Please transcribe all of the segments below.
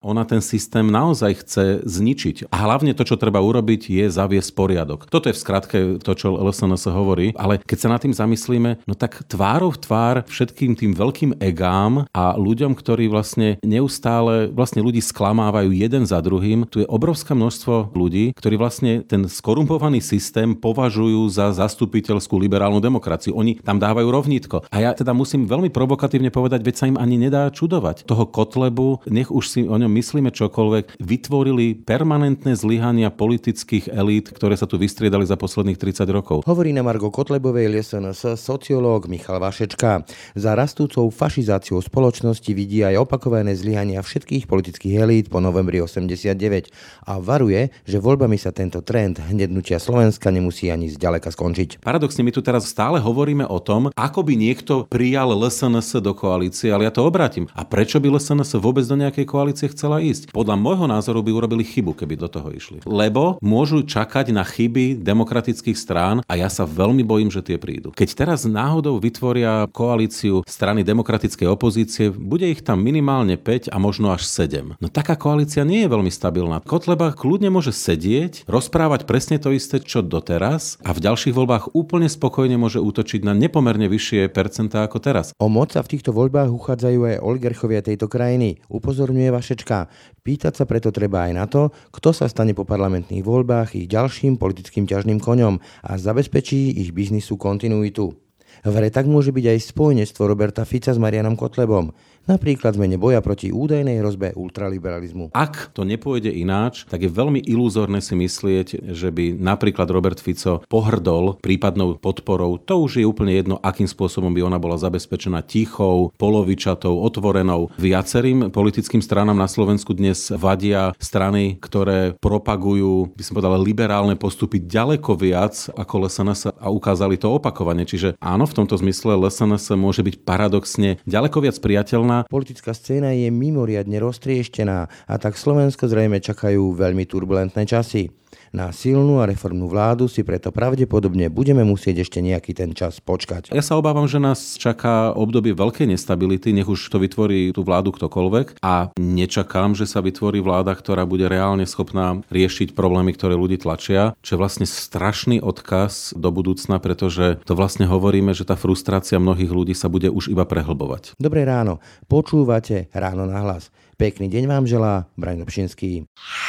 Ona ten systém naozaj chce zničiť. A hlavne to, čo treba urobiť, je zaviesť poriadok. Toto je v skratke to, čo LSNS hovorí, ale keď sa nad tým zamyslíme, no tak tvárou v tvár všetkým tým veľkým egám a ľuďom, ktorí vlastne neustále ľudí sklamávajú jeden za druhým, tu je obrovské množstvo ľudí, ktorí vlastne ten skorumpovaný systém považujú za zastupiteľskú liberálnu demokraciu. Oni tam dávajú rovnítko. A ja teda musím veľmi provokatívne povedať, veď sa im ani nedá čudovať. Toho Kotlebu, nech už si o ňom myslíme čokoľvek, vytvorili permanentné zlyhania politických elít, ktoré sa tu vystriedali za posledných 30 rokov. Hovorí na margo Kotlebovej LSNS sociológ Michal Vašečka. Za rastúcou fašizáciou spoločnosti vidí aj opakované zlyhania všetkých politických elít po novembri 89 a varuje, že voľbami sa tento trend hnednutia Slovenska nemusí ani zďaleka skončiť. Paradoxne, my tu teraz stále hovoríme o tom, ako by niekto prijal LSNS do koalície, ale ja to obrátim. A prečo by LSNS vôbec do nejakej koalície chcela ísť? Podľa môjho názoru by urobili chybu, keby do toho išli. Lebo môžu čakať na chyby demokratických strán a ja sa veľmi bojím, že tie prídu. Keď teraz náhodou vytvoria koalíciu strany demokratickej opozície, bude ich tam minimálne 5 a možno až 7. No taká koalícia nie je veľmi stabilná. Kotleba kľudne môže sedieť, rozprávať presne to isté, čo doteraz a v ďalších voľbách úplne spokojne môže útočiť na nepomerne vyššie percentá ako teraz. O moc sa v týchto voľbách uchádzajú aj oligarchovia tejto krajiny, upozorňuje Vašečka. Pýtať sa preto treba aj na to, kto sa stane po parlamentných voľbách ich ďalším politickým ťažným koňom a zabezpečí ich biznisu kontinuitu. V hre tak môže byť aj spojenectvo Roberta Fica s Marianom Kotlebom. Napríklad v mene boja proti údajnej hrozbe ultraliberalizmu. Ak to nepôjde ináč, tak je veľmi iluzórne si myslieť, že by napríklad Robert Fico pohrdol prípadnou podporou. To už je úplne jedno, akým spôsobom by ona bola zabezpečená tichou, polovičatou, otvorenou. Viacerým politickým stranám na Slovensku dnes vadia strany, ktoré propagujú, by som povedal, liberálne postupy ďaleko viac ako LSNS a ukázali to opakovane. Čiže áno, v tomto zmysle LSNS môže byť paradoxne ďaleko viac priateľná. Politická scéna je mimoriadne roztrieštená a tak Slovensko zrejme čakajú veľmi turbulentné časy. Na silnú a reformnú vládu si preto pravdepodobne budeme musieť ešte nejaký ten čas počkať. Ja sa obávam, že nás čaká obdobie veľkej nestability, nech už to vytvorí tú vládu ktokoľvek a nečakám, že sa vytvorí vláda, ktorá bude reálne schopná riešiť problémy, ktoré ľudí tlačia, čo je vlastne strašný odkaz do budúcna, pretože to vlastne hovoríme, že tá frustrácia mnohých ľudí sa bude už iba prehlbovať. Dobré ráno, počúvate Ráno na hlas. Pekný deň vám želá Braňo Pšinský.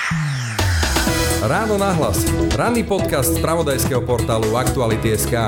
Ráno nahlas. Ranný podcast z spravodajského portálu Aktuality.sk.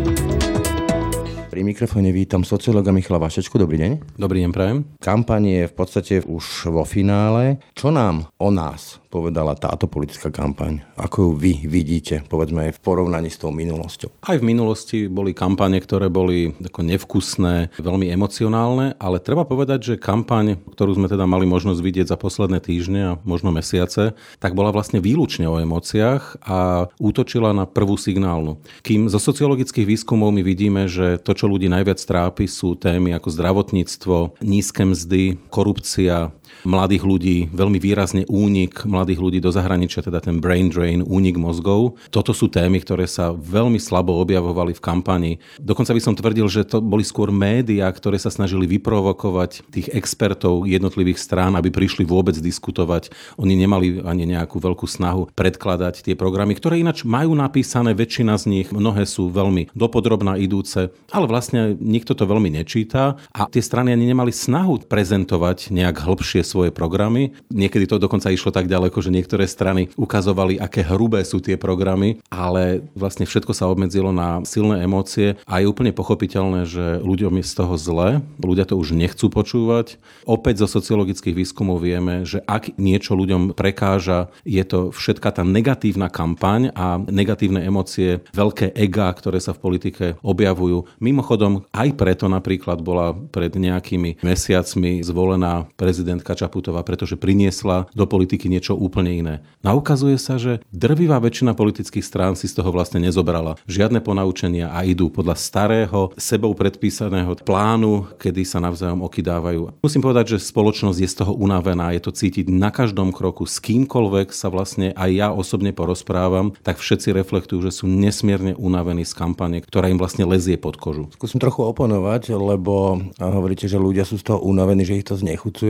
Pri mikrofóne vítam sociológa Michala Vašečku. Dobrý deň. Dobrý deň, prajem. Kampaň je v podstate už vo finále. Čo nám o nás povedala táto politická kampaň? Ako ju vy vidíte, povedzme, aj v porovnaní s tou minulosťou? Aj v minulosti boli kampane, ktoré boli ako nevkusné, veľmi emocionálne, ale treba povedať, že kampaň, ktorú sme teda mali možnosť vidieť za posledné týždne a možno mesiace, tak bola vlastne výlučne o emóciách a útočila na prvú signálnu. Kým zo sociologických výskumov my vidíme, že to, čo ľudí najviac trápi, sú témy ako zdravotníctvo, nízke mzdy, korupcia, mladých ľudí, veľmi výrazne únik mladých ľudí do zahraničia, teda ten brain drain, únik mozgov. Toto sú témy, ktoré sa veľmi slabo objavovali v kampani. Dokonca by som tvrdil, že to boli skôr médiá, ktoré sa snažili vyprovokovať tých expertov jednotlivých strán, aby prišli vôbec diskutovať. Oni nemali ani nejakú veľkú snahu predkladať tie programy, ktoré ináč majú napísané, väčšina z nich, mnohé sú veľmi dopodrobná idúce, ale vlastne nikto to veľmi nečíta a tie strany ani nemali snahu prezentovať nejak hĺbšie svoje programy. Niekedy to dokonca išlo tak ďaleko, že niektoré strany ukazovali, aké hrubé sú tie programy, ale vlastne všetko sa obmedzilo na silné emócie a je úplne pochopiteľné, že ľuďom je z toho zle, ľudia to už nechcú počúvať. Opäť zo sociologických výskumov vieme, že ak niečo ľuďom prekáža, je to všetka tá negatívna kampaň a negatívne emócie, veľké egá, ktoré sa v politike objavujú. Mimochodom, aj preto napríklad bola pred nejakými mesiacmi zvolená prezidentka Čaputová, pretože priniesla do politiky niečo úplne iné. A ukazuje sa, že drvivá väčšina politických strán si z toho vlastne nezobrala žiadne ponaučenia a idú podľa starého, sebou predpísaného plánu, kedy sa navzájom okydávajú. Musím povedať, že spoločnosť je z toho unavená, je to cítiť na každom kroku, s kýmkoľvek sa vlastne aj ja osobne porozprávam, tak všetci reflektujú, že sú nesmierne unavení z kampane, ktorá im vlastne lezie pod kožu. Skúsim trochu oponovať, lebo hovoríte, že ľudia sú z toho unavení, že ich to znechucuje,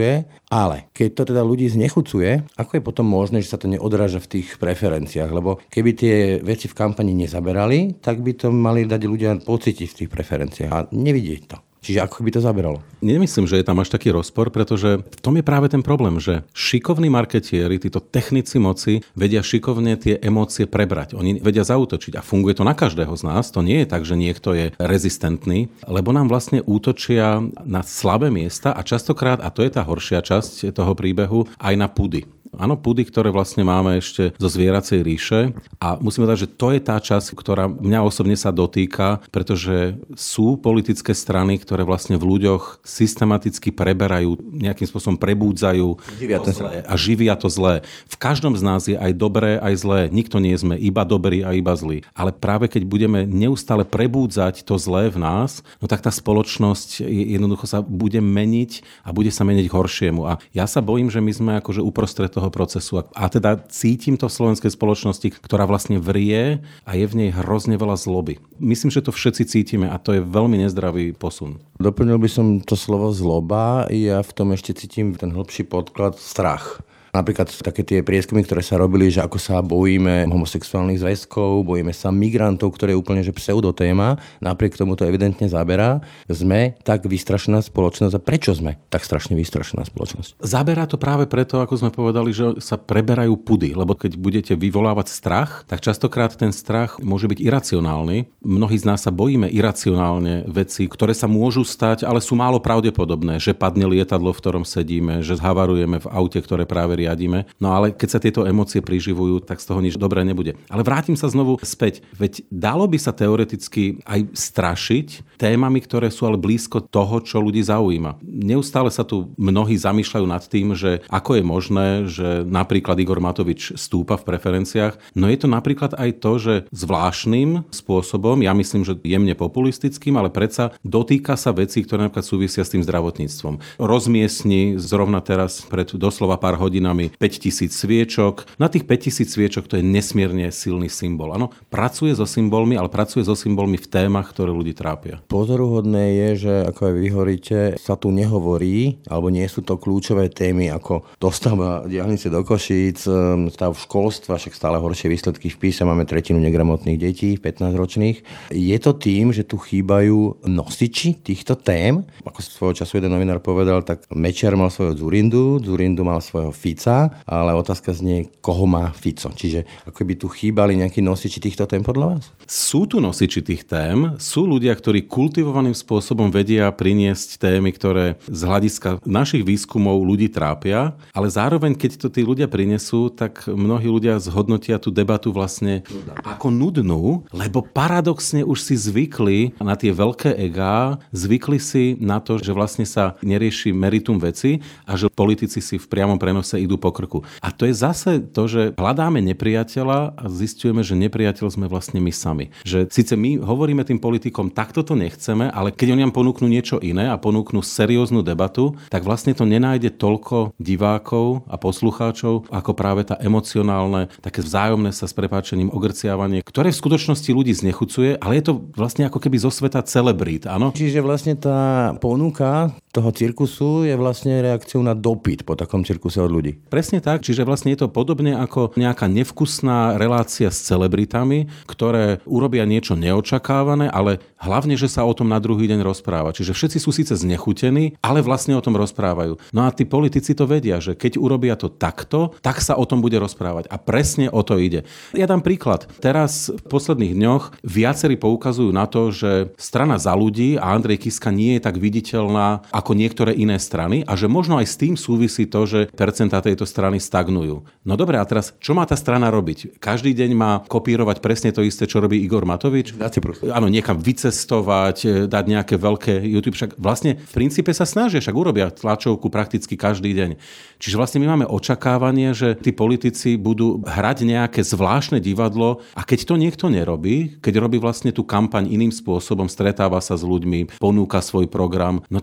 Ale keď to teda ľudí znechucuje, ako je potom možné, že sa to neodráža v tých preferenciách? Lebo keby tie veci v kampani nezaberali, tak by to mali dať ľudia pocítiť v tých preferenciách a nevidieť to. Čiže ako by to zaberalo? Nemyslím, že je tam až taký rozpor, pretože v tom je práve ten problém, že šikovní marketieri, títo technici moci vedia šikovne tie emócie prebrať. Oni vedia zaútočiť a funguje to na každého z nás. To nie je tak, že niekto je rezistentný, lebo nám vlastne útočia na slabé miesta a častokrát, a to je tá horšia časť toho príbehu, aj na pudy. Áno, pudy, ktoré vlastne máme ešte zo zvieracej ríše a musíme povedať, že to je tá časť, ktorá mňa osobne sa dotýka, pretože sú politické strany, ktoré vlastne v ľuďoch systematicky preberajú, nejakým spôsobom prebúdzajú to zlé a živia to zlé. V každom z nás je aj dobré, aj zlé. Nikto nie sme iba dobrý a iba zlý. Ale práve keď budeme neustále prebúdzať to zlé v nás, no tak tá spoločnosť jednoducho sa bude meniť a bude sa meniť k horšiemu. A ja sa bojím, že my sme akože uprostred toho procesu. A teda cítim to v slovenskej spoločnosti, ktorá vlastne vrie a je v nej hrozne veľa zloby. Myslím, že to všetci cítime a to je veľmi nezdravý posun. Doplnil by som to slovo zloba. Ja v tom ešte cítim ten hlbší podklad strach. Napríklad také tie prieskumy, ktoré sa robili, že ako sa bojíme homosexuálnych zväzkov, bojíme sa migrantov, ktoré je úplne že pseudotéma, napriek tomu to evidentne zaberá. Sme tak vystrašená spoločnosť. A prečo sme tak strašne vystrašená spoločnosť? Zaberá to práve preto, ako sme povedali, že sa preberajú pudy, lebo keď budete vyvolávať strach, tak častokrát ten strach môže byť iracionálny. Mnohí z nás sa bojíme iracionálne veci, ktoré sa môžu stať, ale sú málo pravdepodobné, že padne lietadlo, v ktorom sedíme, že zhavarujeme v aute, ktoré práve riadime. No ale keď sa tieto emócie priživujú, tak z toho nič dobré nebude. Ale vrátim sa znovu späť. Veď dalo by sa teoreticky aj strašiť témami, ktoré sú ale blízko toho, čo ľudí zaujíma. Neustále sa tu mnohí zamýšľajú nad tým, že ako je možné, že napríklad Igor Matovič stúpa v preferenciách. No je to napríklad aj to, že zvláštnym spôsobom, ja myslím, že jemne populistickým, ale predsa dotýka sa vecí, ktoré napríklad súvisia s tým zdravotníctvom. Rozmiestni zrovna teraz pred doslova pár hodinami 5000 sviečok. Na tých 5000 sviečok to je nesmierne silný symbol. Áno, pracuje so symbolmi, ale pracuje so symbolmi v témach, ktoré ľudí trápia. Pozoruhodné je, že ako aj vy hovoríte, sa tu nehovorí, alebo nie sú to kľúčové témy ako dostavba diaľnice do Košíc, stav školstva, však stále horšie výsledky v PISA, máme tretinu negramotných detí, 15-ročných. Je to tým, že tu chýbajú nosiči týchto tém? Ako svojho času jeden novinár povedal, tak Mečiar mal svojho Dzurindu mal svojho Fica, ale otázka znie, koho má Fico. Čiže ako by tu chýbali nejakí nosiči týchto tém podľa vás? Sú tu nosiči tých tém, sú ľudia, ktorí kultivovaným spôsobom vedia priniesť témy, ktoré z hľadiska našich výskumov ľudí trápia, ale zároveň, keď to tí ľudia prinesú, tak mnohí ľudia zhodnotia tú debatu vlastne ako nudnú, lebo paradoxne už si zvykli na tie veľké egá, zvykli si na to, že vlastne sa nerieši meritum veci a že politici si v priamom prenose idú po krku. A to je zase to, že hľadáme nepriateľa a zisťujeme, že nepriateľ sme vlastne my sami. Že síce my hovoríme tým politikom, takto to nechceme, ale keď oni nám ponúknú niečo iné a ponúknú serióznu debatu, tak vlastne to nenájde toľko divákov a poslucháčov, ako práve tá emocionálne, také vzájomné sa s prepáčením ogrciavanie, ktoré v skutočnosti ľudí znechucuje, ale je to vlastne ako keby zo sveta celebrít, áno? Čiže vlastne tá ponuka toho cirkusu je vlastne reakciou na dopyt po takom cirkuse od ľudí. Presne tak, čiže vlastne je to podobne ako nejaká nevkusná relácia s celebritami, ktoré urobia niečo neočakávané, ale hlavne, že sa o tom na druhý deň rozpráva. Čiže všetci sú síce znechutení, ale vlastne o tom rozprávajú. No a tí politici to vedia, že keď urobia to takto, tak sa o tom bude rozprávať. A presne o to ide. Ja dám príklad. Teraz v posledných dňoch viacerí poukazujú na to, že strana Za ľudí a Andrej Kiska nie je tak viditeľná ako niektoré iné strany a že možno aj s tým súvisí to, že percentá tejto strany stagnujú. No dobré, a teraz čo má tá strana robiť? Každý deň má kopírovať presne to isté, čo robí Igor Matovič? Áno, niekam vycestovať, dať nejaké veľké YouTube. Však vlastne v princípe sa snažia, však urobia tlačovku prakticky každý deň. Čiže vlastne my máme očakávanie, že tí politici budú hrať nejaké zvláštne divadlo a keď to niekto nerobí, keď robí vlastne tú kampaň iným spôsobom, stretáva sa s ľuďmi, ponúka svoj program, no tak vlastne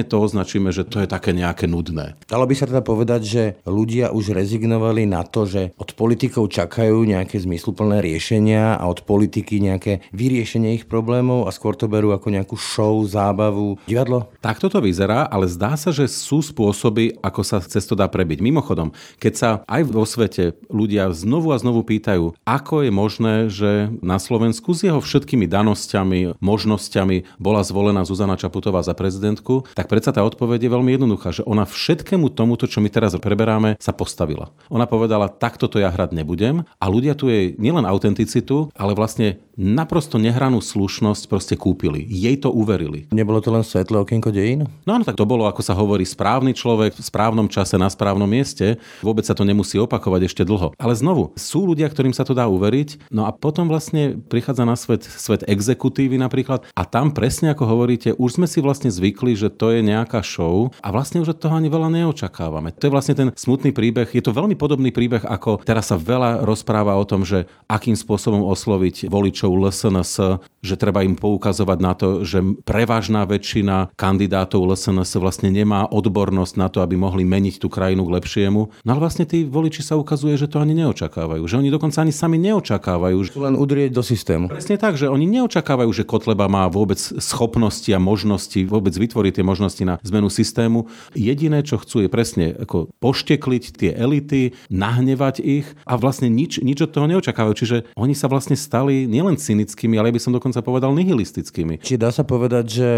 to označíme, že to je také nejaké nudné. Dalo by sa teda povedať, že ľudia už rezignovali na to, že od politikov čakajú nejaké zmysluplné riešenia a od politiky nejaké vyriešenie ich problémov a skôr to berú ako nejakú show, zábavu, divadlo? Tak toto vyzerá, ale zdá sa, že sú spôsoby, ako sa cez to dá prebiť. Mimochodom, keď sa aj vo svete ľudia znovu a znovu pýtajú, ako je možné, že na Slovensku s jeho všetkými danosťami, možnosťami bola zvolená Zuzana Čaputová za prezidentku, tak predsa tá odpoveď je veľmi jednoduchá, že ona všetkému tomuto, čo my teraz preberáme, sa postavila. Ona povedala, takto to ja hrať nebudem a ľudia tu jej nielen autenticitu, ale vlastne naprosto nehranú slušnosť proste kúpili. Jej to uverili. Nebolo to len svetlé okienko dejín? No tak to bolo, ako sa hovorí, správny človek v správnom čase na správnom mieste. Vôbec sa to nemusí opakovať ešte dlho. Ale znovu, sú ľudia, ktorým sa to dá uveriť, no a potom vlastne prichádza na svet exekutívy napríklad a tam presne ako hovoríte, už sme si vlastne zvykli, že to je nejaká show a vlastne už od toho ani veľa neočakávame. To je vlastne ten smutný príbeh. Je to veľmi podobný príbeh, ako teraz sa veľa rozpráva o tom, že akým spôsobom osloviť voličov LSNS, že treba im poukazovať na to, že prevažná väčšina kandidátov LSNS vlastne nemá odbornosť na to, aby mohli meniť tú krajinu k lepšiemu. No ale vlastne tí voliči sa ukazuje, že to ani neočakávajú. Že oni dokonca ani sami neočakávajú. Chcú len udrieť do systému. Presne tak, že oni neočakávajú, že Kotleba má vôbec schopnosti a možnosti vôbec vytvoriť tie možnosti na zmenu systému. Jediné, čo chcú, je presne ako poštekliť tie elity, nahnevať ich a vlastne nič od toho neočakávajú. Čiže oni sa vlastne stali nielen cynickými, ale by som dokonca povedal nihilistickými. Či dá sa povedať, že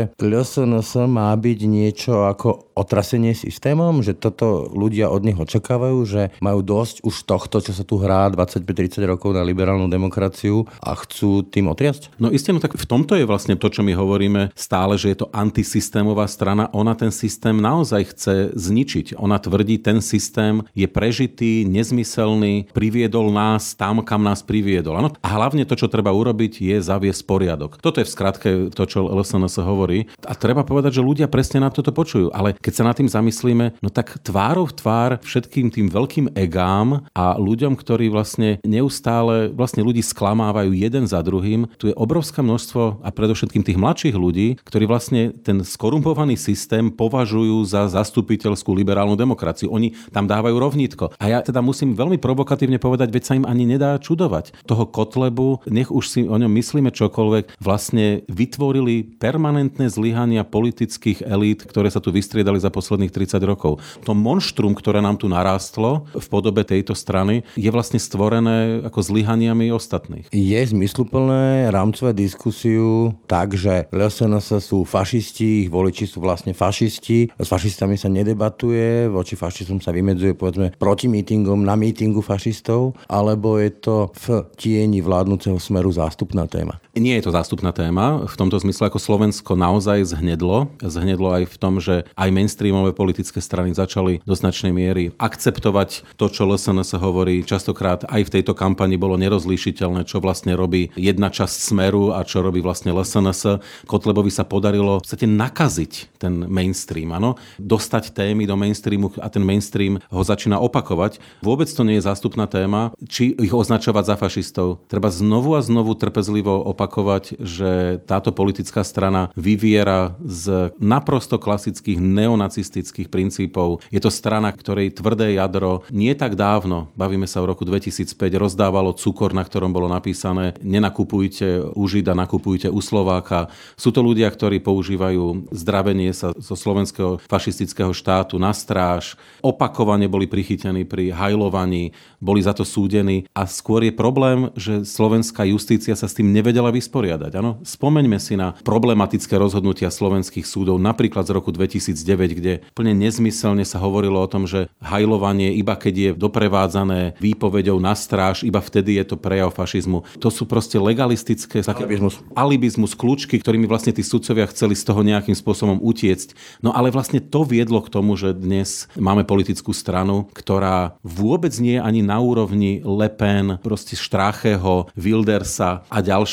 LSNS má byť niečo ako otrasenie systémom, že toto ľudia od nich očakávajú, že majú dosť už tohto, čo sa tu hrá 25-30 rokov na liberálnu demokraciu a chcú tým otriasť? No isté, no tak v tomto je vlastne to, čo my hovoríme stále, že je to antisystémová strana. Ona ten systém naozaj chce zničiť. Ona tvrdí, ten systém je prežitý, nezmyselný, priviedol nás tam, kam nás priviedol. Ano? A hlavne to, čo treba urobiť, je zaviesť poriadok. Toto je v skratke to, čo LSNS hovorí. A treba povedať, že ľudia presne na toto počujú. Ale keď sa nad tým zamyslíme, no tak tvárou v tvár všetkým tým veľkým egám a ľuďom, ktorí vlastne neustále vlastne ľudí sklamávajú jeden za druhým, tu je obrovské množstvo a predovšetkým tých mladších ľudí, ktorí vlastne ten skorumpovaný systém považujú za zastupiteľskú liberálnu demokraciu. Oni tam dávajú rovnítko. A ja teda musím veľmi provokatívne povedať, veď sa im ani nedá čudovať. Toho Kotlebu, nech už si o ňom myslíme čokoľvek, vlastne vytvorili permanentné zlyhania politických elít, ktoré sa tu vystriedali za posledných 30 rokov. To monštrum, ktoré nám tu narástlo v podobe tejto strany, je vlastne stvorené ako zlyhaniami ostatných. Je zmysluplné rámcové diskusiu tak, že LSNS sú fašisti, ich voliči sú vlastne fašisti, s fašistami sa nedebatuje, voči fašistom sa vymedzuje povedzme proti mítingom na mítingu fašistov, alebo je to v tieni vládnuceho Smeru zástupná téma? Nie je to zástupná téma. V tomto zmysle ako Slovensko naozaj zhnedlo. Zhnedlo aj v tom, že aj mainstreamové politické strany začali do značnej miery akceptovať to, čo LSNS hovorí. Častokrát aj v tejto kampani bolo nerozlíšiteľné, čo vlastne robí jedna časť Smeru a čo robí vlastne LSNS. Kotlebovi sa podarilo v podstate nakaziť ten mainstream, áno? Dostať témy do mainstreamu a ten mainstream ho začína opakovať. Vôbec to nie je zástupná téma, či ich označovať za fašistov. Treba znovu a znovu trpezlivo opakovať, že táto politická strana vyviera z naprosto klasických neonacistických princípov. Je to strana, ktorej tvrdé jadro nie tak dávno, bavíme sa v roku 2005, rozdávalo cukor, na ktorom bolo napísané nenakupujte u Žida, nakupujte u Slováka. Sú to ľudia, ktorí používajú zdravenie sa zo slovenského fašistického štátu na stráž. Opakovane boli prichytení pri hajlovaní, boli za to súdení a skôr je problém, že slovenská justícia sa s tým nevedela vysporiadať. Áno? Spomeňme si na problematické rozhodnutia slovenských súdov, napríklad z roku 2009, kde plne nezmyselne sa hovorilo o tom, že hajlovanie iba keď je doprevádzané výpovedou na stráž, iba vtedy je to prejav fašizmu. To sú proste legalistické alibizmus, kľúčky, ktorými vlastne tí sudcovia chceli z toho nejakým spôsobom utiecť. No ale vlastne to viedlo k tomu, že dnes máme politickú stranu, ktorá vôbec nie je ani na úrovni Le Pen, proste Stracheho, Wildersa a ďalších.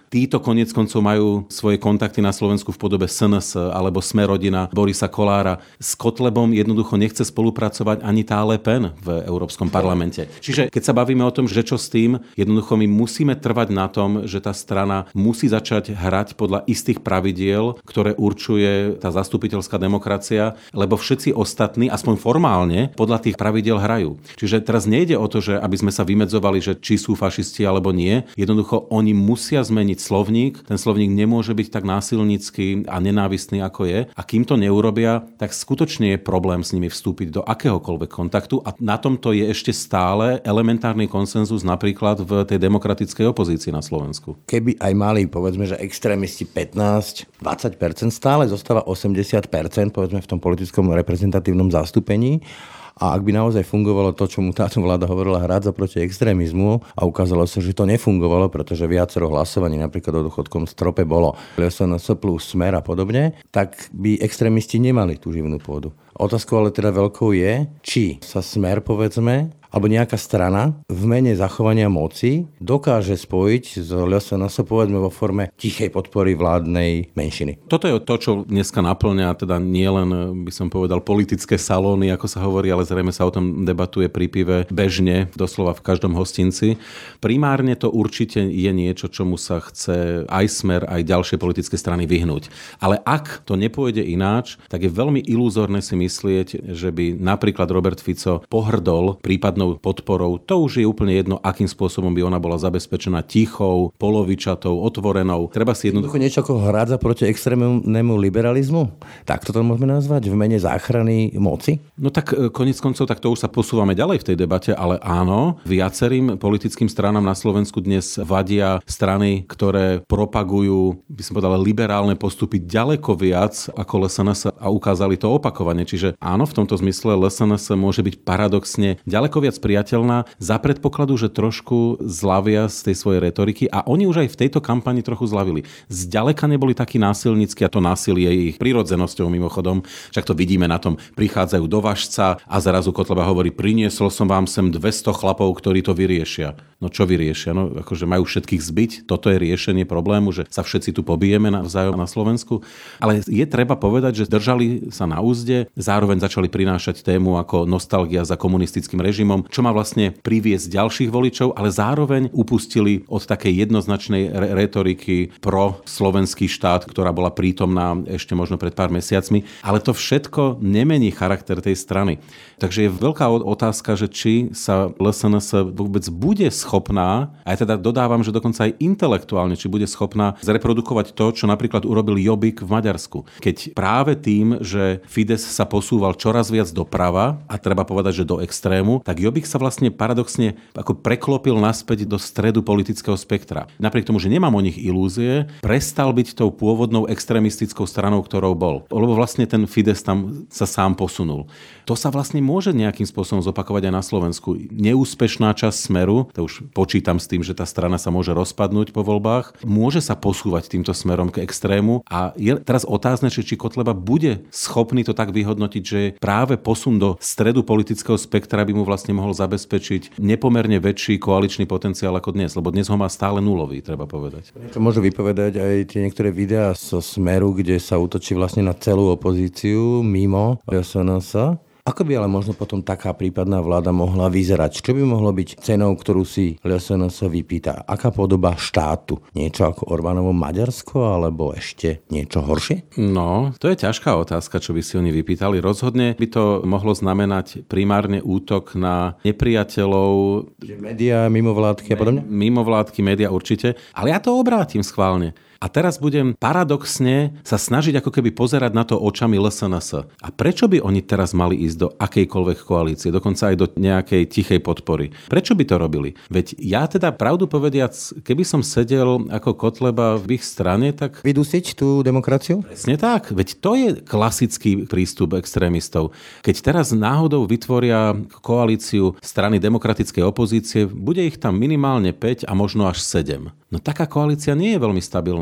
Títo koniec koncov majú svoje kontakty na Slovensku v podobe SNS alebo Smer-rodina Borisa Kollára. S Kotlebom jednoducho nechce spolupracovať ani tá Le Pen v Európskom parlamente. Čiže keď sa bavíme o tom, že čo s tým, jednoducho my musíme trvať na tom, že tá strana musí začať hrať podľa istých pravidiel, ktoré určuje tá zastupiteľská demokracia, lebo všetci ostatní, aspoň formálne, podľa tých pravidiel hrajú. Čiže teraz nejde o to, že aby sme sa vymedzovali, že či sú fašisti alebo nie. Jednoducho oni musia zmeniť slovník. Ten slovník nemôže byť tak násilnícky a nenávistný, ako je. A kým to neurobia, tak skutočne je problém s nimi vstúpiť do akéhokoľvek kontaktu. A na tomto je ešte stále elementárny konsenzus napríklad v tej demokratickej opozícii na Slovensku. Keby aj mali, povedzme, že extrémisti 15-20%, stále zostáva 80%, povedzme, v tom politickom reprezentatívnom zastúpení. A ak by naozaj fungovalo to, čo mu táto vláda hovorila, hrať za proti extrémizmu, a ukázalo sa, že to nefungovalo, pretože viacero hlasovaní napríklad o dôchodkom strope bolo SNS plus Smer a podobne, tak by extrémisti nemali tú živnú pôdu. Otázkou ale teda veľkou je, či sa Smer, povedzme, alebo nejaká strana v mene zachovania moci dokáže spojiť s SNS, povedzme, vo forme tichej podpory vládnej menšiny. Toto je to, čo dneska naplňa, teda nielen, by som povedal, politické salóny, ako sa hovorí, ale zrejme sa o tom debatuje pri pive bežne, doslova v každom hostinci. Primárne to určite je niečo, čomu sa chce aj Smer, aj ďalšie politické strany vyhnúť. Ale ak to nepôjde ináč, tak je veľmi iluzórne si myslieť, že by napríklad Robert Fico pohrdol prípadnou podporou. To už je úplne jedno, akým spôsobom by ona bola zabezpečená, tichou, polovičatou, otvorenou. Treba si jednoducho niečo ako hrádza proti extrémnemu liberalizmu? Tak to môžeme nazvať v mene záchrany moci? No tak koniec koncov, tak to už sa posúvame ďalej v tej debate, ale áno, viacerým politickým stranám na Slovensku dnes vadia strany, ktoré propagujú, by som povedal, liberálne postupy ďaleko viac ako LSNS a ukázali to opakovane. Čiže áno, v tomto zmysle LSNS môže byť paradoxne ďaleko viac priateľná za predpokladu, že trošku zľavia z tej svojej retoriky, a oni už aj v tejto kampani trochu zľavili. Zďaleka neboli takí násilnícky, a to násilie je ich prirodzenosťou mimochodom. Však to vidíme na tom, prichádzajú do Važca a zrazu Kotleba hovorí: priniesol som vám sem 200 chlapov, ktorí to vyriešia. No čo vyriešia? No akože majú všetkých zbiť? Toto je riešenie problému, že sa všetci tu pobijeme navzájom na Slovensku. Ale je treba povedať, že držali sa na úzde, zároveň začali prinášať tému ako nostalgia za komunistickým režimom, čo má vlastne priviesť ďalších voličov, ale zároveň upustili od takej jednoznačnej retoriky pro slovenský štát, ktorá bola prítomná ešte možno pred pár mesiacmi. Ale to všetko nemení charakter tej strany. Takže je veľká otázka, že či sa LSNS vôbec bude schopná, aj teda dodávam, že dokonca aj intelektuálne, či bude schopná zreprodukovať to, čo napríklad urobil Jobbik v Maďarsku. Keď práve tým, že Fides sa posúval čoraz viac doprava, a treba povedať, že do extrému, tak Jobbik sa vlastne paradoxne ako preklopil naspäť do stredu politického spektra. Napriek tomu, že nemám o nich ilúzie, prestal byť tou pôvodnou extrémistickou stranou, ktorou bol. Lebo vlastne ten Fides tam sa sám posunul. To sa vlastne môže nejakým spôsobom zopakovať aj na Slovensku. Neúspešná časť Smeru, to už počítam s tým, že tá strana sa môže rozpadnúť po voľbách, môže sa posúvať týmto smerom k extrému, a je teraz otázne, či Kotleba bude schopný to tak vyhodnotiť, že práve posun do stredu politického spektra by mu vlastne mohol zabezpečiť nepomerne väčší koaličný potenciál ako dnes, lebo dnes ho má stále nulový, treba povedať. Čo môžu vypovedať aj tie niektoré videá zo Smeru, kde sa útočí vlastne na celú opozíciu mimo SNS? Ako by ale možno potom taká prípadná vláda mohla vyzerať? Čo by mohlo byť cenou, ktorú si LSNS vypýta? Aká podoba štátu? Niečo ako Orbánovo Maďarsko, alebo ešte niečo horšie? No, to je ťažká otázka, čo by si oni vypýtali. Rozhodne by to mohlo znamenať primárne útok na nepriateľov. Média, mimovládky a podobne? Mimovládky, média určite. Ale ja to obrátim schválne. A teraz budem paradoxne sa snažiť ako keby pozerať na to očami LSNS. A prečo by oni teraz mali ísť do akejkoľvek koalície, dokonca aj do nejakej tichej podpory? Prečo by to robili? Veď ja teda pravdu povediac, keby som sedel ako Kotleba v ich strane, tak... Vydusiť tú demokraciu? Presne tak. Veď to je klasický prístup extrémistov. Keď teraz náhodou vytvoria koalíciu strany demokratickej opozície, bude ich tam minimálne 5 a možno až 7. No taká koalícia nie je veľmi stabilná.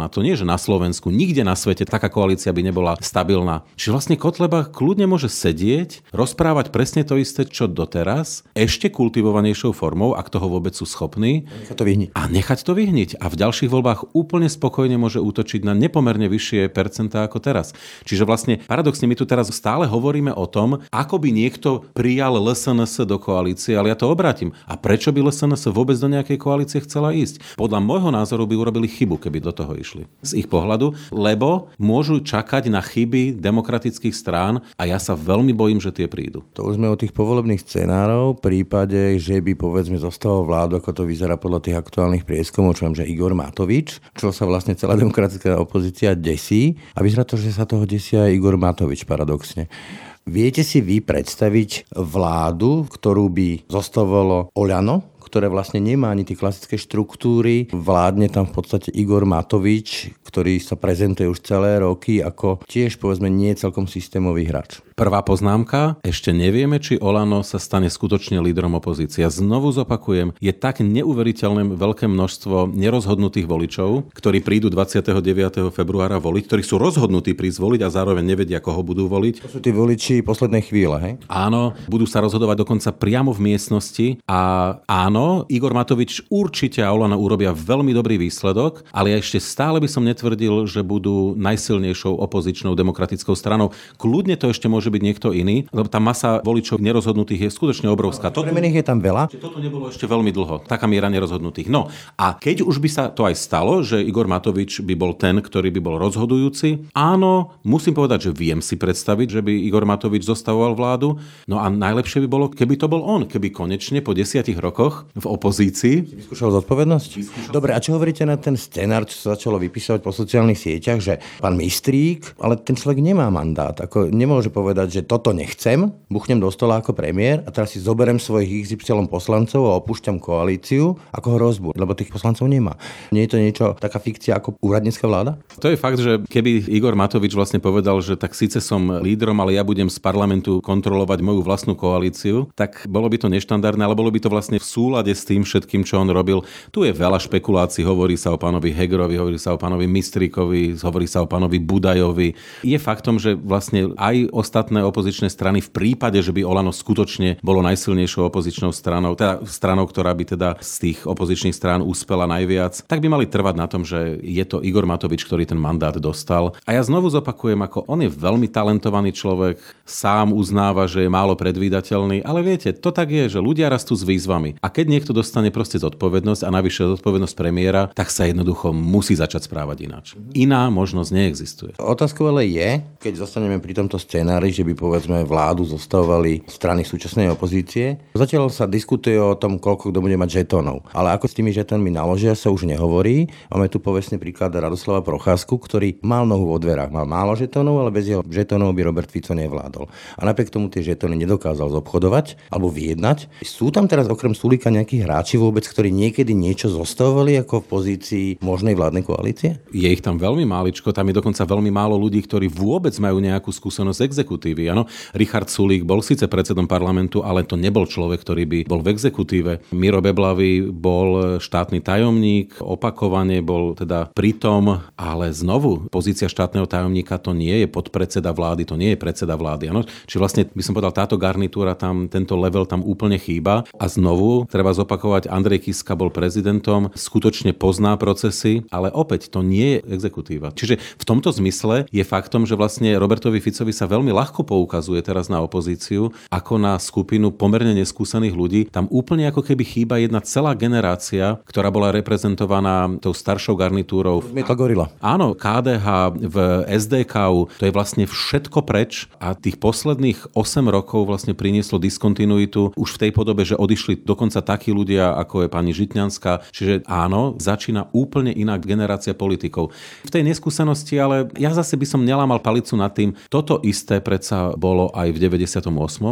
stabilná. To nie je, že na Slovensku, nikde na svete taká koalícia by nebola stabilná. Čiže vlastne Kotleba kľudne môže sedieť, rozprávať presne to isté, čo doteraz, ešte kultivovanejšou formou, ak toho vôbec sú schopní. A nechať to vyhniť. A v ďalších voľbách úplne spokojne môže útočiť na nepomerne vyššie percentá ako teraz. Čiže vlastne paradoxne my tu teraz stále hovoríme o tom, ako by niekto prijal LSNS do koalície, ale ja to obrátim. A prečo by LSNS vôbec do nejakej koalície chcela ísť? Podľa môjho názoru by urobili chybu, keby do toho išli. Z ich pohľadu, lebo môžu čakať na chyby demokratických strán a ja sa veľmi bojím, že tie prídu. To už sme od tých povolebných scenárov, v prípade, že by povedzme zostala vládu, ako to vyzerá podľa tých aktuálnych prieskumov, čo viem, že Igor Matovič, čo sa vlastne celá demokratická opozícia desí a vyzerá to, že sa toho desí aj Igor Matovič paradoxne. Viete si vy predstaviť vládu, ktorú by zostavovalo Oľano, ktoré vlastne nemá ani tie klasické štruktúry. Vládne tam v podstate Igor Matovič, ktorý sa prezentuje už celé roky ako tiež povedzme nie celkom systémový hráč. Prvá poznámka, ešte nevieme, či Oľano sa stane skutočne lídrom opozície. Znovu zopakujem, je tak neuveriteľné veľké množstvo nerozhodnutých voličov, ktorí prídu 29. februára voliť, ktorí sú rozhodnutí prísť voliť a zároveň nevedia, koho budú voliť. To sú tí voliči poslednej chvíle, hej? Áno, budú sa rozhodovať dokonca priamo v miestnosti a áno, Igor Matovič určite a Oľano urobia veľmi dobrý výsledok, ale ja ešte stále by som netvrdil, že budú najsilnejšou opozičnou demokratickou stranou. Kľudne to ešte môže byť niekto iný, lebo tá masa voličov nerozhodnutých je skutočne obrovská. Premených je tam veľa. Toto nebolo ešte veľmi dlho, taká miera nerozhodnutých. No a keď už by sa to aj stalo, že Igor Matovič by bol ten, ktorý by bol rozhodujúci, áno, musím povedať, že viem si predstaviť, že by Igor Matovič zostavoval vládu. No a najlepšie by bolo, keby to bol on, keby konečne po 10 rokoch v opozícii vyskúšal zodpovednosť. Dobre, a čo hovoríte na ten scenár, čo sa začalo vypísať po sociálnych sieťach, že pán Mistrík, ale ten človek nemá mandát, ako nemôže povedať, že toto nechcem, buchnem do stola ako premiér a teraz si zoberiem svojich XY poslancov a opúšťam koalíciu ako hrozbu, lebo tých poslancov nemá. Nie je to niečo, taká fikcia ako úradnícka vláda? To je fakt, že keby Igor Matovič vlastne povedal, že tak síce som lídrom, ale ja budem z parlamentu kontrolovať moju vlastnú koalíciu, tak bolo by to neštandardné, ale bolo by to vlastne v súlade s tým všetkým, čo on robil. Tu je veľa špekulácií, hovorí sa o pánovi Hegerovi, hovorí sa o pánovi Mistríkovi, hovorí sa o pánovi Budajovi. Je faktom, že vlastne aj ostatné opozičné strany v prípade, že by Oľano skutočne bolo najsilnejšou opozičnou stranou, teda stranou, ktorá by teda z tých opozičných strán uspela najviac, tak by mali trvať na tom, že je to Igor Matovič, ktorý ten mandát dostal. A ja znovu zopakujem, ako on je veľmi talentovaný človek, sám uznáva, že je málo predvídateľný, ale viete, to tak je, že ľudia rastú s výzvami. A keď niekto dostane proste zodpovednosť a navyše zodpovednosť premiéra, tak sa jednoducho musí začať správať ináč. Iná možnosť neexistuje. Otázkou ale je, keď zostaneme pri tomto scenári, že by povedzme vládu zostavovali strany súčasnej opozície. Zatiaľ sa diskutuje o tom, koľko kto bude mať žetónov. Ale ako s tými žetónmi naložia, sa už nehovorí. Máme tu povestný príklad Radoslava Procházku, ktorý mal nohu vo dverách. Mal málo žetónov, ale bez jeho žetónov by Robert Fico nevládol. A napriek tomu tie žetóny nedokázal zobchodovať alebo vyjednať. Sú tam teraz okrem Sulíka nejakí hráči vôbec, ktorí niekedy niečo zostavovali ako v pozícii možnej vládnej koalície? Je ich tam veľmi máličko, tam je dokonca veľmi málo ľudí, ktorí vôbec majú nejakú skúsenosť z exekutívy. Áno, Richard Sulík bol síce predsedom parlamentu, ale to nebol človek, ktorý by bol v exekutíve. Miro Beblavý bol štátny tajomník, opakovane bol teda pritom, ale znovu pozícia štátneho tajomníka to nie je podpredseda vlády, to nie je predseda vlády. Áno, čiže vlastne by som povedal, táto garnitúra tam, tento level tam úplne chýba. A znovu treba zopakovať, Andrej Kiska bol prezidentom, skutočne pozná procesy, ale opäť to nie je exekutíva. Čiže v tomto zmysle je faktom, že vlastne Robertovi Ficovi sa veľmi ľahko poukazuje teraz na opozíciu, ako na skupinu pomerne neskúsených ľudí. Tam úplne ako keby chýba jedna celá generácia, ktorá bola reprezentovaná tou staršou garnitúrou. Gorila. Áno, KDH, v SDK-u, to je vlastne všetko preč a tých posledných 8 rokov vlastne prinieslo diskontinuitu už v tej podobe, že odišli dokonca takí ľudia, ako je pani Žitňanská. Čiže áno, začína úplne iná generácia politikov. V tej neskúsenosti, ale ja zase by som nelámal palicu nad tým, toto isté predsa bolo aj v 98.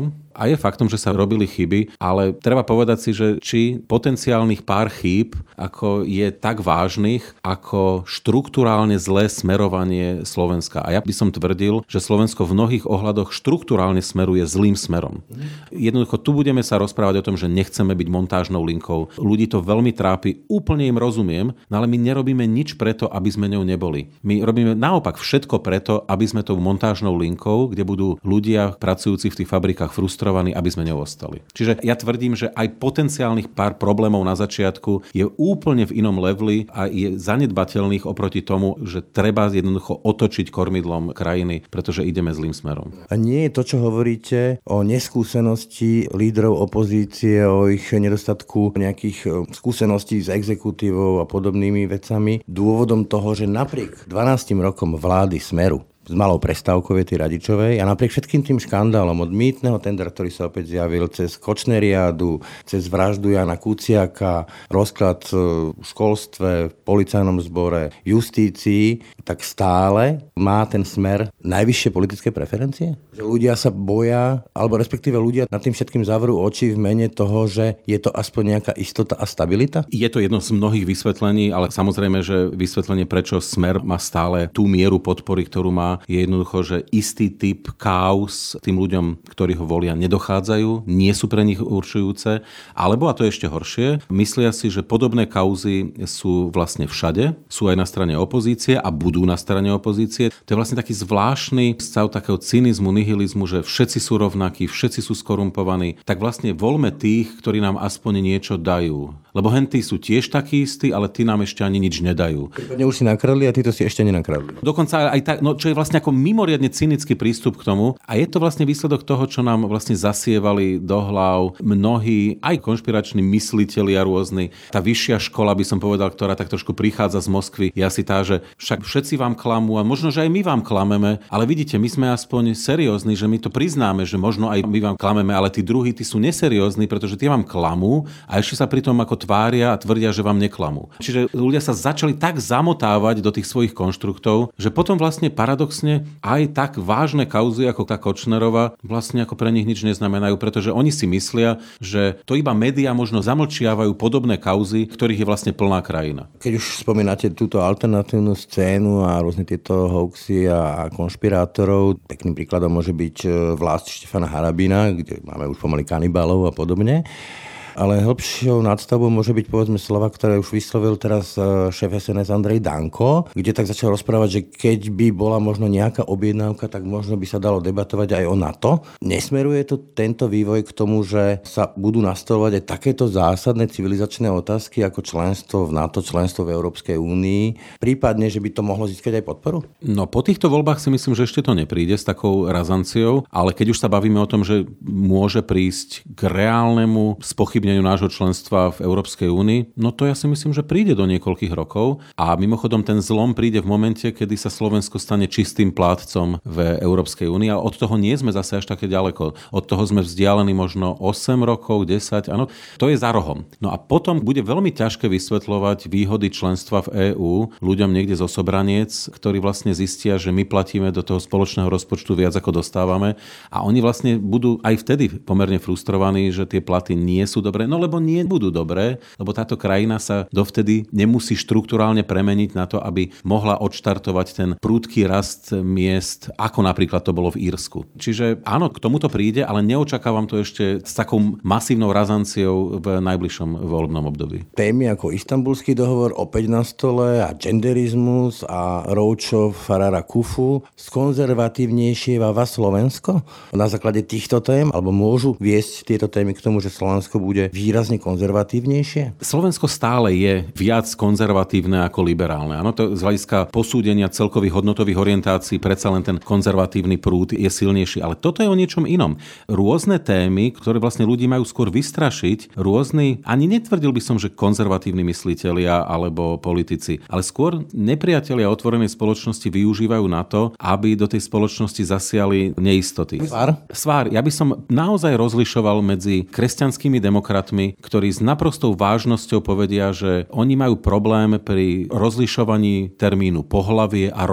A je faktom, že sa robili chyby, ale treba povedať si, že či potenciálnych pár chýb, ako je tak vážnych, ako štruktúrálne zlé smerovanie Slovenska. A ja by som tvrdil, že Slovensko v mnohých ohľadoch štruktúrálne smeruje zlým smerom. Jednoducho tu budeme sa rozprávať o tom, že nechceme byť montážnou linkou. Ľudí to veľmi trápi, úplne im rozumiem, no ale my nerobíme nič preto, aby sme ňou neboli. My robíme naopak všetko preto, aby sme tou montážnou linkou, kde budú ľudia pracujúci v tých fabrikách frustrovaní, aby sme ňou ostali. Čiže ja tvrdím, že aj potenciálnych pár problémov na začiatku je úplne v inom leveli a je zanedbateľných oproti tomu, že treba jednoducho otočiť kormidlom krajiny, pretože ideme zlým smerom. A nie je to, čo hovoríte o neskúsenosti lídrov opozície, o ich nedostatku nejakých skúseností s exekutívou a podobnými vecami, dôvodom toho, že napriek 12 rokom vlády Smeru s malou prestávkou tej Radičovej a napriek všetkým tým škandálom od mýtneho tendra, ktorý sa opäť zjavil, cez Kočneriádu, cez vraždu Jana Kuciaka, rozklad v školstve, policajnom zbore, justícii, tak stále má ten Smer najvyššie politické preferencie? Že ľudia sa boja, alebo respektíve ľudia nad tým všetkým zavrú oči v mene toho, že je to aspoň nejaká istota a stabilita? Je to jedno z mnohých vysvetlení, ale samozrejme, že vysvetlenie, prečo Smer má stále tú mieru podpory, ktorú má, je jednoducho, že istý typ káuz tým ľuďom, ktorí ho volia, nedochádzajú, nie sú pre nich určujúce, alebo, a to je ešte horšie, myslia si, že podobné kauzy sú vlastne všade, sú aj na strane opozície a budú na strane opozície. To je vlastne taký zvláštny stav takého cynizmu, nihilizmu, že všetci sú rovnakí, všetci sú skorumpovaní. Tak vlastne voľme tých, ktorí nám aspoň niečo dajú. Lebo hentí sú tiež takí istí, ale tí nám ešte ani nič nedajú. Prípadne už si nakradli a tí to si ešte nenakradli. Dokonca aj tak, no čo je vlastne ako mimoriadne cynický prístup k tomu. A je to vlastne výsledok toho, čo nám vlastne zasievali do hlav mnohí, aj konšpirační myslitelia rôzni. Tá vyššia škola, by som povedal, ktorá tak trošku prichádza z Moskvy, je asi tá, že však všetci vám klamú a možno, že aj my vám klameme, ale vidíte, my sme aspoň seriózni, že my to priznáme, že možno aj my vám klameme, ale tí druhí, tí sú neseriózni, pretože tie vám klamú a ešte sa pritom ako tvária a tvrdia, že vám neklamú. Čiže ľudia sa začali tak zamotávať do tých svojich konštruktov, že potom vlastne paradoxne aj tak vážne kauzy ako tá Kočnerová vlastne ako pre nich nič neznamenajú, pretože oni si myslia, že to iba médiá možno zamlčiavajú podobné kauzy, ktorých je vlastne plná krajina. Keď už spomínate túto alternatívnu scénu a rôzne tieto hoaxy a konšpirátorov, pekným príkladom môže byť vlast Štefana Harabina, kde máme už pomaly kanibalov a podobne. Ale hĺbšou nadstavbou môže byť povedzme slova, ktoré už vyslovil teraz šéf SNS Andrej Danko, kde tak začal rozprávať, že keď by bola možno nejaká objednávka, tak možno by sa dalo debatovať aj o NATO. Nesmeruje to tento vývoj k tomu, že sa budú nastolovať aj takéto zásadné civilizačné otázky ako členstvo v NATO, členstvo v Európskej únii, prípadne, že by to mohlo získať aj podporu? No po týchto voľbách si myslím, že ešte to nepríde s takou razanciou, ale keď už sa bavíme o tom, že môže prísť k reálnemu spochybneniu nášho členstva v Európskej únii, no to ja si myslím, že príde do niekoľkých rokov a mimochodom ten zlom príde v momente, kedy sa Slovensko stane čistým plátcom v Európskej únii a od toho nie sme zase až také ďaleko. Od toho sme vzdialení možno 8 rokov, 10, áno, to je za rohom. No a potom bude veľmi ťažké vysvetľovať výhody členstva v EÚ ľuďom niekde zo Sobraniec, ktorí vlastne zistia, že my platíme do toho spoločného rozpočtu viac ako dostávame a oni vlastne budú aj vtedy pomerne frustrovaní, že tie platy nie sú dobré. No lebo nie budú dobré, lebo táto krajina sa dovtedy nemusí štrukturálne premeniť na to, aby mohla odštartovať ten prudký rast miest, ako napríklad to bolo v Írsku. Čiže áno, k tomuto príde, ale neočakávam to ešte s takou masívnou razanciou v najbližšom voľbnom období. Témy ako Istanbulský dohovor opäť na stole a genderizmus a roadshow Farara Kufu skonzervatívnejšie vás Slovensko na základe týchto tém, alebo môžu viesť tieto témy k tomu, že Slovensko bude výrazne konzervatívnejšie? Slovensko stále je viac konzervatívne ako liberálne. Áno, to z hľadiska posúdenia celkových hodnotových orientácií predsa len ten konzervatívny prúd je silnejší, ale toto je o niečom inom. Rôzne témy, ktoré vlastne ľudí majú skôr vystrašiť, rôzni, ani netvrdil by som, že konzervatívni myslitelia alebo politici, ale skôr nepriatelia otvorenej spoločnosti využívajú na to, aby do tej spoločnosti zasiali neistoty. Svár. Ja by som naozaj rozlišoval medzi kresťanskými demokratmi, ktorí s naprostou vážnosťou povedia, že oni majú problém pri rozlišovaní termínu pohlavie a rod.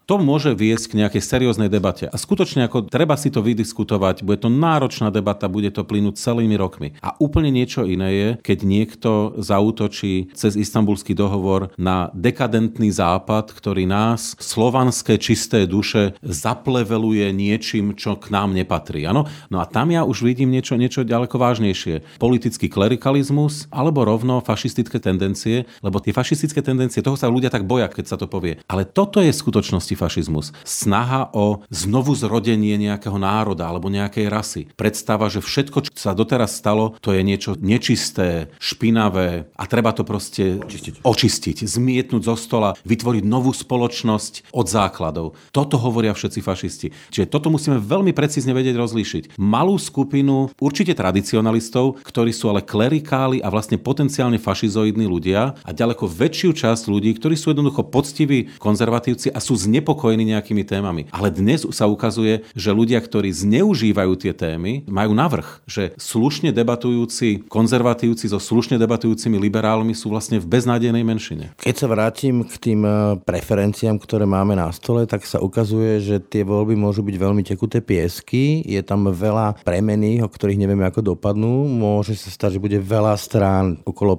To môže viesť k nejakej serióznej debate. A skutočne ako treba si to vydiskutovať, bude to náročná debata, bude to plynúť celými rokmi. A úplne niečo iné je, keď niekto zaútočí cez Istanbulský dohovor na dekadentný západ, ktorý nás, slovanské čisté duše, zapleveluje niečím, čo k nám nepatrí. Áno? No a tam ja už vidím niečo ďaleko vážnejšie. Politický klerikalizmus alebo rovno fašistické tendencie, lebo tie fašistické tendencie, toho sa ľudia tak boja, keď sa to povie. Ale toto je v skutočnosti fašizmus. Snaha o znovu zrodenie nejakého národa alebo nejakej rasy. Predstava, že všetko, čo sa doteraz stalo, to je niečo nečisté, špinavé a treba to proste očistiť, zmietnúť zo stola, vytvoriť novú spoločnosť od základov. Toto hovoria všetci fašisti. Čiže toto musíme veľmi precízne vedieť rozlíšiť. Malú skupinu určite tradicionalistov, ktorí sú ale klerikáli a vlastne potenciálne fašizoidní ľudia a ďaleko väčšiu časť ľudí, ktorí sú jednoducho poctiví konzervatívci a sú znepokojení nejakými témami. Ale dnes sa ukazuje, že ľudia, ktorí zneužívajú tie témy, majú navrch, že slušne debatujúci konzervatívci so slušne debatujúcimi liberálmi sú vlastne v beznádejnej menšine. Keď sa vrátim k tým preferenciám, ktoré máme na stole, tak sa ukazuje, že tie voľby môžu byť veľmi tekuté piesky. Je tam veľa premených, o ktorých nevieme, ako dopadnú. Môže sa stať, že bude veľa strán okolo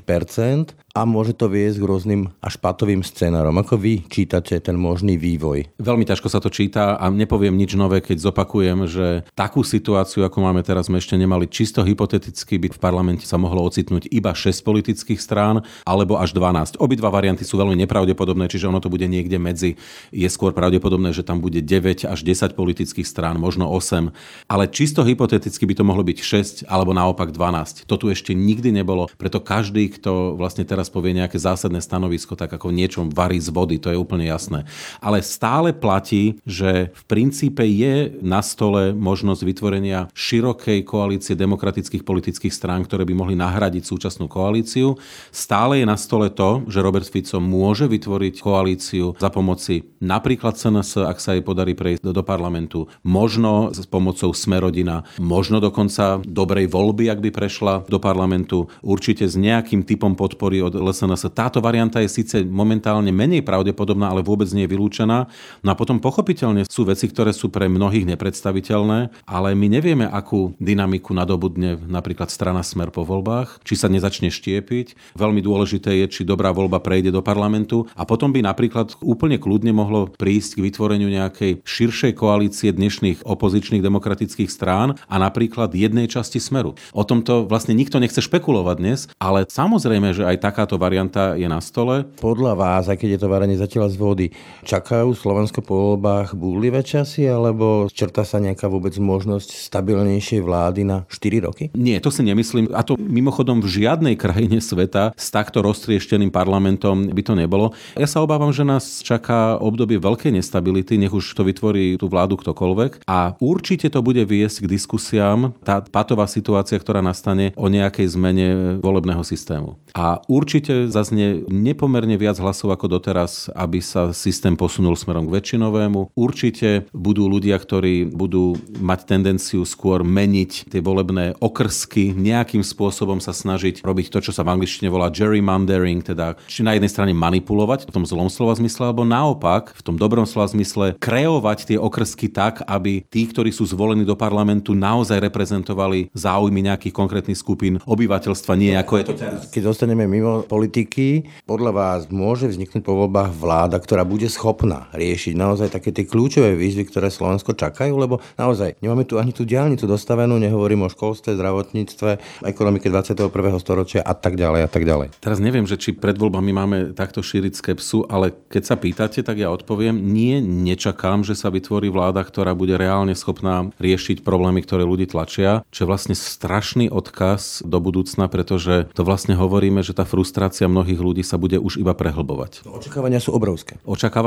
5%. A môže to viesť k rôznym až patovým scenárom. Ako vy čítate ten možný vývoj? Veľmi ťažko sa to číta a nepoviem nič nové, keď zopakujem, že takú situáciu, ako máme teraz, sme ešte nemali. Čisto hypoteticky by v parlamente sa mohlo ocitnúť iba 6 politických strán alebo až 12. Obidva varianty sú veľmi nepravdepodobné, čiže ono to bude niekde medzi. Je skôr pravdepodobné, že tam bude 9 až 10 politických strán, možno 8. Ale čisto hypoteticky by to mohlo byť 6 alebo naopak 12. To tu ešte nikdy nebolo, preto každý, kto vlastne teraz povie nejaké zásadné stanovisko, tak ako niečom varí z vody, to je úplne jasné. Ale stále platí, že v princípe je na stole možnosť vytvorenia širokej koalície demokratických politických strán, ktoré by mohli nahradiť súčasnú koalíciu. Stále je na stole to, že Robert Fico môže vytvoriť koalíciu za pomoci napríklad SNS, ak sa jej podarí prejsť do parlamentu, možno s pomocou Smer-rodina, možno dokonca dobrej voľby, ak by prešla do parlamentu, určite s nejakým typom podpory od LSNS. Táto varianta je síce momentálne menej pravdepodobná, ale vôbec nie je vylúčená. No a potom pochopiteľne sú veci, ktoré sú pre mnohých nepredstaviteľné, ale my nevieme, akú dynamiku nadobudne napríklad strana Smer po voľbách, či sa nezačne štiepiť. Veľmi dôležité je, či dobrá voľba prejde do parlamentu a potom by napríklad úplne kľudne mohlo prísť k vytvoreniu nejakej širšej koalície dnešných opozičných demokratických strán a napríklad jednej časti Smeru. O tomto vlastne nikto nechce špekulovať dnes, ale samozrejme, že aj takáto varianta je na stole. Podľa vás, aj keď je to varenie zatiaľ z vody, čakajú Slovensko po voľbách búrlivé časy, alebo črta sa nejaká vôbec možnosť stabilnejšej vlády na 4 roky? Nie, to si nemyslím. A to mimochodom v žiadnej krajine sveta s takto roztriešteným parlamentom by to nebolo. Ja sa obávam, že nás čaká obdobie veľkej nestability, nech už to vytvorí tú vládu ktokoľvek. A určite to bude viesť k diskusiám, tá patová situácia, ktorá nastane o nejakej zmene volebného systému. A určite zaznie nepomerne viac hlasov ako doteraz, aby sa systém posunul smerom k väčšinovému. Určite budú ľudia, ktorí budú mať tendenciu skôr meniť tie volebné okrsky, nejakým spôsobom sa snažiť robiť to, čo sa v angličtine volá gerrymandering, teda či na jednej strane manipulovať v tom zlom slova zmysle, alebo naopak v tom dobrom slova zmysle kreovať tie okrsky tak, aby tí, ktorí sú zvolení do parlamentu, naozaj reprezentovali záujmy nejakých konkrétnych skupín obyvateľstva, nie ako je to teraz. Keď dostaneme mimo politiky, podľa vás môže vzniknúť po voľbách vláda, ktorá bude schopná riešiť naozaj také tie kľúčové výzvy, ktoré Slovensko čakajú, lebo naozaj nemáme tu ani tú diaľnicu dostavenú, nehovorím o školstve, zdravotníctve, ekonomike 21. storočia a tak ďalej a tak ďalej. Teraz neviem, že či pred voľbami máme takto šíriť skepsu, ale keď sa pýtate, tak ja odpoviem, nečakám, že sa vytvorí vláda, ktorá bude reálne schopná riešiť problémy, ktoré ľudí tlačia, čo je vlastne strašný odkaz do budúcna, pretože to vlastne hovoríme, že tá frustrácia mnohých ľudí sa bude už iba prehlbovať. Očakávania sú obrovské.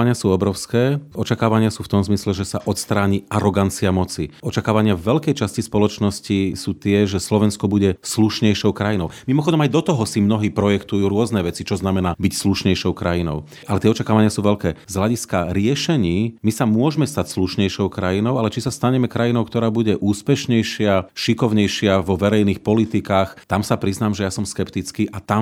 Očakávania sú v tom zmysle, že sa odstráni arogancia moci. Očakávania veľkej časti spoločnosti sú tie, že Slovensko bude slušnejšou krajinou. Mimochodom aj do toho si mnohí projektujú rôzne veci, čo znamená byť slušnejšou krajinou. Ale tie očakávania sú veľké. Z hľadiska riešení my sa môžeme stať slušnejšou krajinou, ale či sa staneme krajinou, ktorá bude úspešnejšia, šikovnejšia vo verejných politikách, tam sa priznám, že ja som skeptický a tam vidím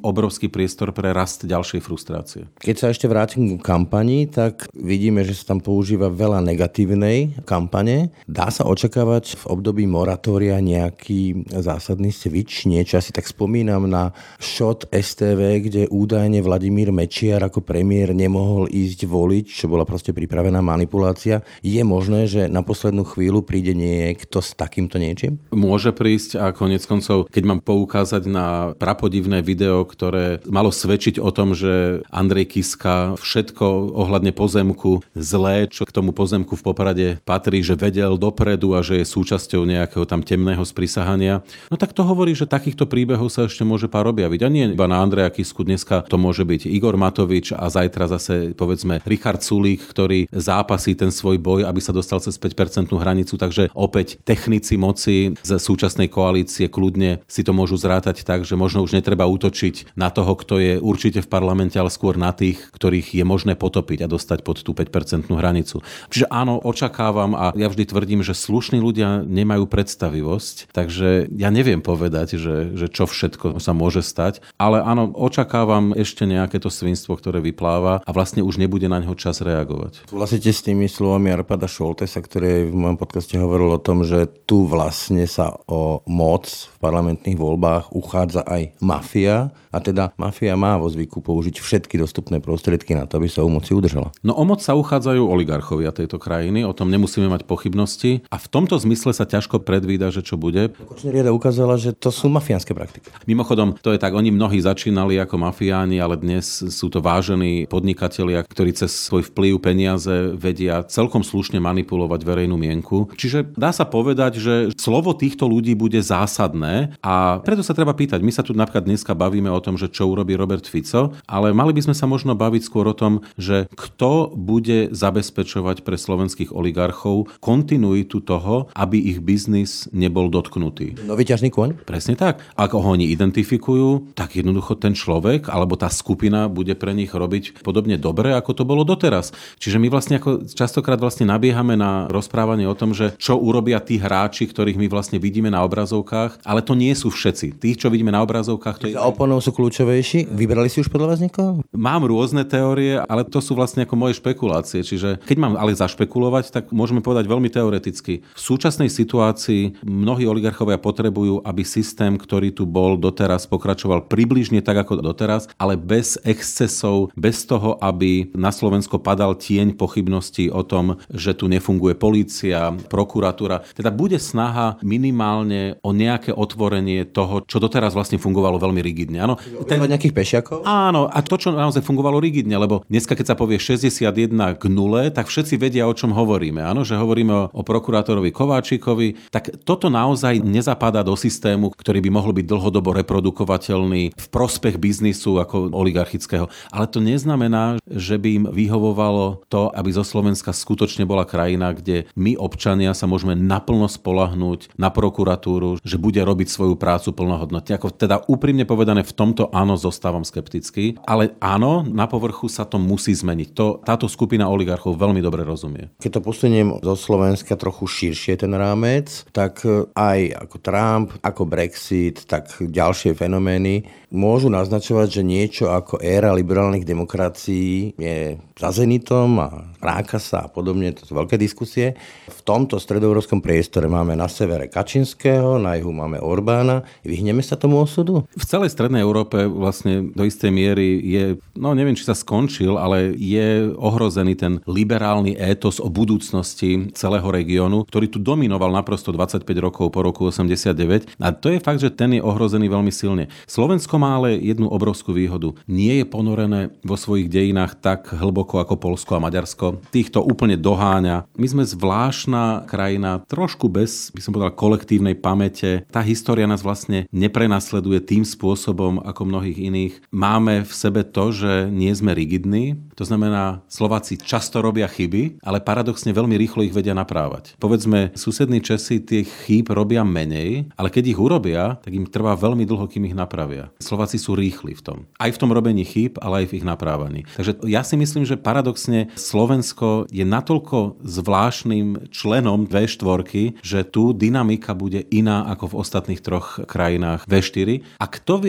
obrovský priestor pre rast ďalšej frustrácie. Keď sa ešte vrátim k kampani, tak vidíme, že sa tam používa veľa negatívnej kampane. Dá sa očakávať v období moratória nejaký zásadný switch? Niečo asi tak spomínam na shot STV, kde údajne Vladimír Mečiar ako premiér nemohol ísť voliť, čo bola proste pripravená manipulácia. Je možné, že na poslednú chvíľu príde niekto s takýmto niečím? Môže prísť a koniec koncov, keď mám poukázať na prapodivné video, ktoré malo svedčiť o tom, že Andrej Kiska všetko ohľadne pozemku zlé, čo k tomu pozemku v Poprade patrí, že vedel dopredu a že je súčasťou nejakého tam temného sprisahania. No tak to hovorí, že takýchto príbehov sa ešte môže pár objaviť. A nie iba na Andreja Kisku, dneska to môže byť Igor Matovič a zajtra zase povedzme Richard Sulík, ktorý zápasí ten svoj boj, aby sa dostal cez 5% hranicu, takže opäť technici moci z súčasnej koalície kľudne si to môžu zrátať tak, že možno už netreba útočiť na toho, kto je určite v parlamente, ale skôr na tých, ktorých je možné potopiť a dostať pod tú 5% hranicu. Čiže áno, očakávam a ja vždy tvrdím, že slušní ľudia nemajú predstavivosť, takže ja neviem povedať, že čo všetko sa môže stať, ale áno, očakávam ešte nejaké to svinstvo, ktoré vypláva a vlastne už nebude na ňo čas reagovať. Súhlasíte s tými slovami Arpada Šoltesa, ktorý v mojom podcaste hovoril o tom, že tu vlastne sa o moc v parlamentných voľbách uchádza aj mafia a teda mafia má vo zvyku použiť všetky dostupné prostriedky na to, aby sa o moci udržala. No o moc sa uchádzajú oligarchovia tejto krajiny, o tom nemusíme mať pochybnosti a v tomto zmysle sa ťažko predvída, že čo bude. Kočneriada ukázala, že to sú mafiánske praktiky. Mimochodom, to je tak, oni mnohí začínali ako mafiáni, ale dnes sú to vážení podnikatelia, ktorí cez svoj vplyv peniaze vedia celkom slušne manipulovať verejnú mienku. Čiže dá sa povedať, že slovo týchto ľudí bude zásadné a preto sa treba pýtať. My sa tu napríklad dneska bavíme o tom, že čo urobí Robert Fico, ale mali by sme sa možno baviť skôr o tom, že kto bude zabezpečovať pre slovenských oligarchov kontinuitu toho, aby ich biznis nebol dotknutý. Nový ťažný kôň? Presne tak. Ak ho oni identifikujú, tak jednoducho ten človek alebo tá skupina bude pre nich robiť podobne dobre, ako to bolo doteraz. Čiže my vlastne ako častokrát vlastne nabiehame na rozprávanie o tom, že čo urobia tí hráči, ktorých my vlastne vidíme na obrazovkách, ale to nie sú všetci. Tých, čo vidíme na obrazovkách, to je... Za oponou sú kľúčovejší. Vybrali si už podľa vás niekoho? Mám rôzne teórie, ale to sú vlastne ako moje špekulácie. Čiže keď mám ale zašpekulovať, tak môžeme povedať veľmi teoreticky. V súčasnej situácii mnohí oligarchovia potrebujú, aby systém, ktorý tu bol doteraz, pokračoval približne tak ako doteraz, ale bez excesov, bez toho, aby na Slovensko padal tieň pochybností o tom, že tu nefunguje polícia, prokuratúra. Teda bude snaha minimálne o nejaké otvorenie toho, čo doteraz vlastne fungovalo veľmi rigidne. Áno, Nejakých pešiakov? Áno, a to, čo naozaj fungovalo rigidne, lebo dneska, keď sa povie 61 k 0, tak všetci vedia, o čom hovoríme. Áno, že hovoríme o prokurátorovi Kováčikovi, tak toto naozaj nezapadá do systému, ktorý by mohol byť dlhodobo reprodukovateľný v prospech biznisu ako oligarchického. Ale to neznamená, že by im vyhovovalo to, aby zo Slovenska skutočne bola krajina, kde my občania sa môžeme naplno spoľahnúť na prokuratúru, že bude robiť svoju prácu plnohodnotne. Ako teda úprimne povedané, v tomto áno, zostávam skeptický, ale áno, na povrchu sa to musí zmeniť. Táto skupina oligarchov veľmi dobre rozumie. Keď to posuniem zo Slovenska trochu širšie ten rámec, tak aj ako Trump, ako Brexit, tak ďalšie fenomény môžu naznačovať, že niečo ako éra liberálnych demokracií je za zenitom a ráka sa a podobne, to sú veľké diskusie. V tomto stredoeurópskom priestore máme na severe Kačinského, na juhu máme Orbána. Vyhneme sa tomu osudu? V celej strednej Európe vlastne do istej miery je, neviem, či sa skončil, ale je ohrozený ten liberálny étos o budúcnosti celého regiónu, ktorý tu dominoval naprosto 25 rokov po roku 89. A to je fakt, že ten je ohrozený veľmi silne. Slovensko má ale jednu obrovskú výhodu. Nie je ponorené vo svojich dejinách tak hlboko ako Poľsko a Maďarsko. Týchto úplne doháňa. My sme zvláštna krajina, trošku bez, by som povedal, kolektívnej pamäte. Tá história nás vlastne neprenasleduje tým spôsobom ako mnohých iných. Máme v sebe to, že nie sme rigidní. To znamená, Slováci často robia chyby, ale paradoxne veľmi rýchlo ich vedia naprávať. Povedzme, susední Česi tých chýb robia menej, ale keď ich urobia, tak im trvá veľmi dlho, kým ich napravia. Slováci sú rýchli v tom. Aj v tom robení chýb, ale aj v ich naprávaní. Takže ja si myslím, že paradoxne Slovensko je natoľko zvláštnym členom V4, že tu dynamika bude iná ako v ostatných troch krajinách V4. A kto vie, či k tomu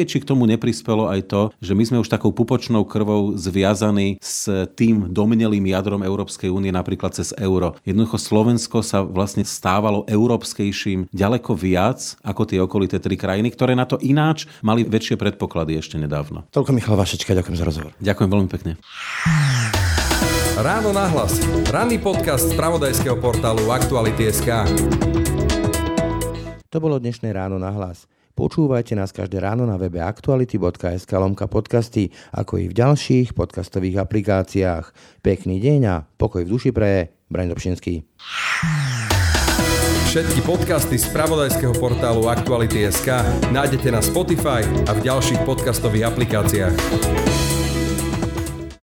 tomu neprispelo aj to, že my sme už takou pupočnou krvou zviazaní s tým domnelým jadrom Európskej únie, napríklad cez euro. Jednoducho Slovensko sa vlastne stávalo európskejším ďaleko viac ako tie okolité 3 krajiny, ktoré na to ináč mali väčšie predpoklady ešte nedávno. Toľko Michal Vašečka, ďakujem za rozhovor. Ďakujem veľmi pekne. Ráno nahlas. Ranný podcast z spravodajského portálu Aktuality.sk. To bolo dnešné Ráno nahlas. Počúvajte nás každé ráno na webe aktuality.sk/podcasty, ako i v ďalších podcastových aplikáciách. Pekný deň a pokoj v duši praje Braň Dobšinský. Všetky podcasty z spravodajského portálu Aktuality.sk nájdete na Spotify a v ďalších podcastových aplikáciách.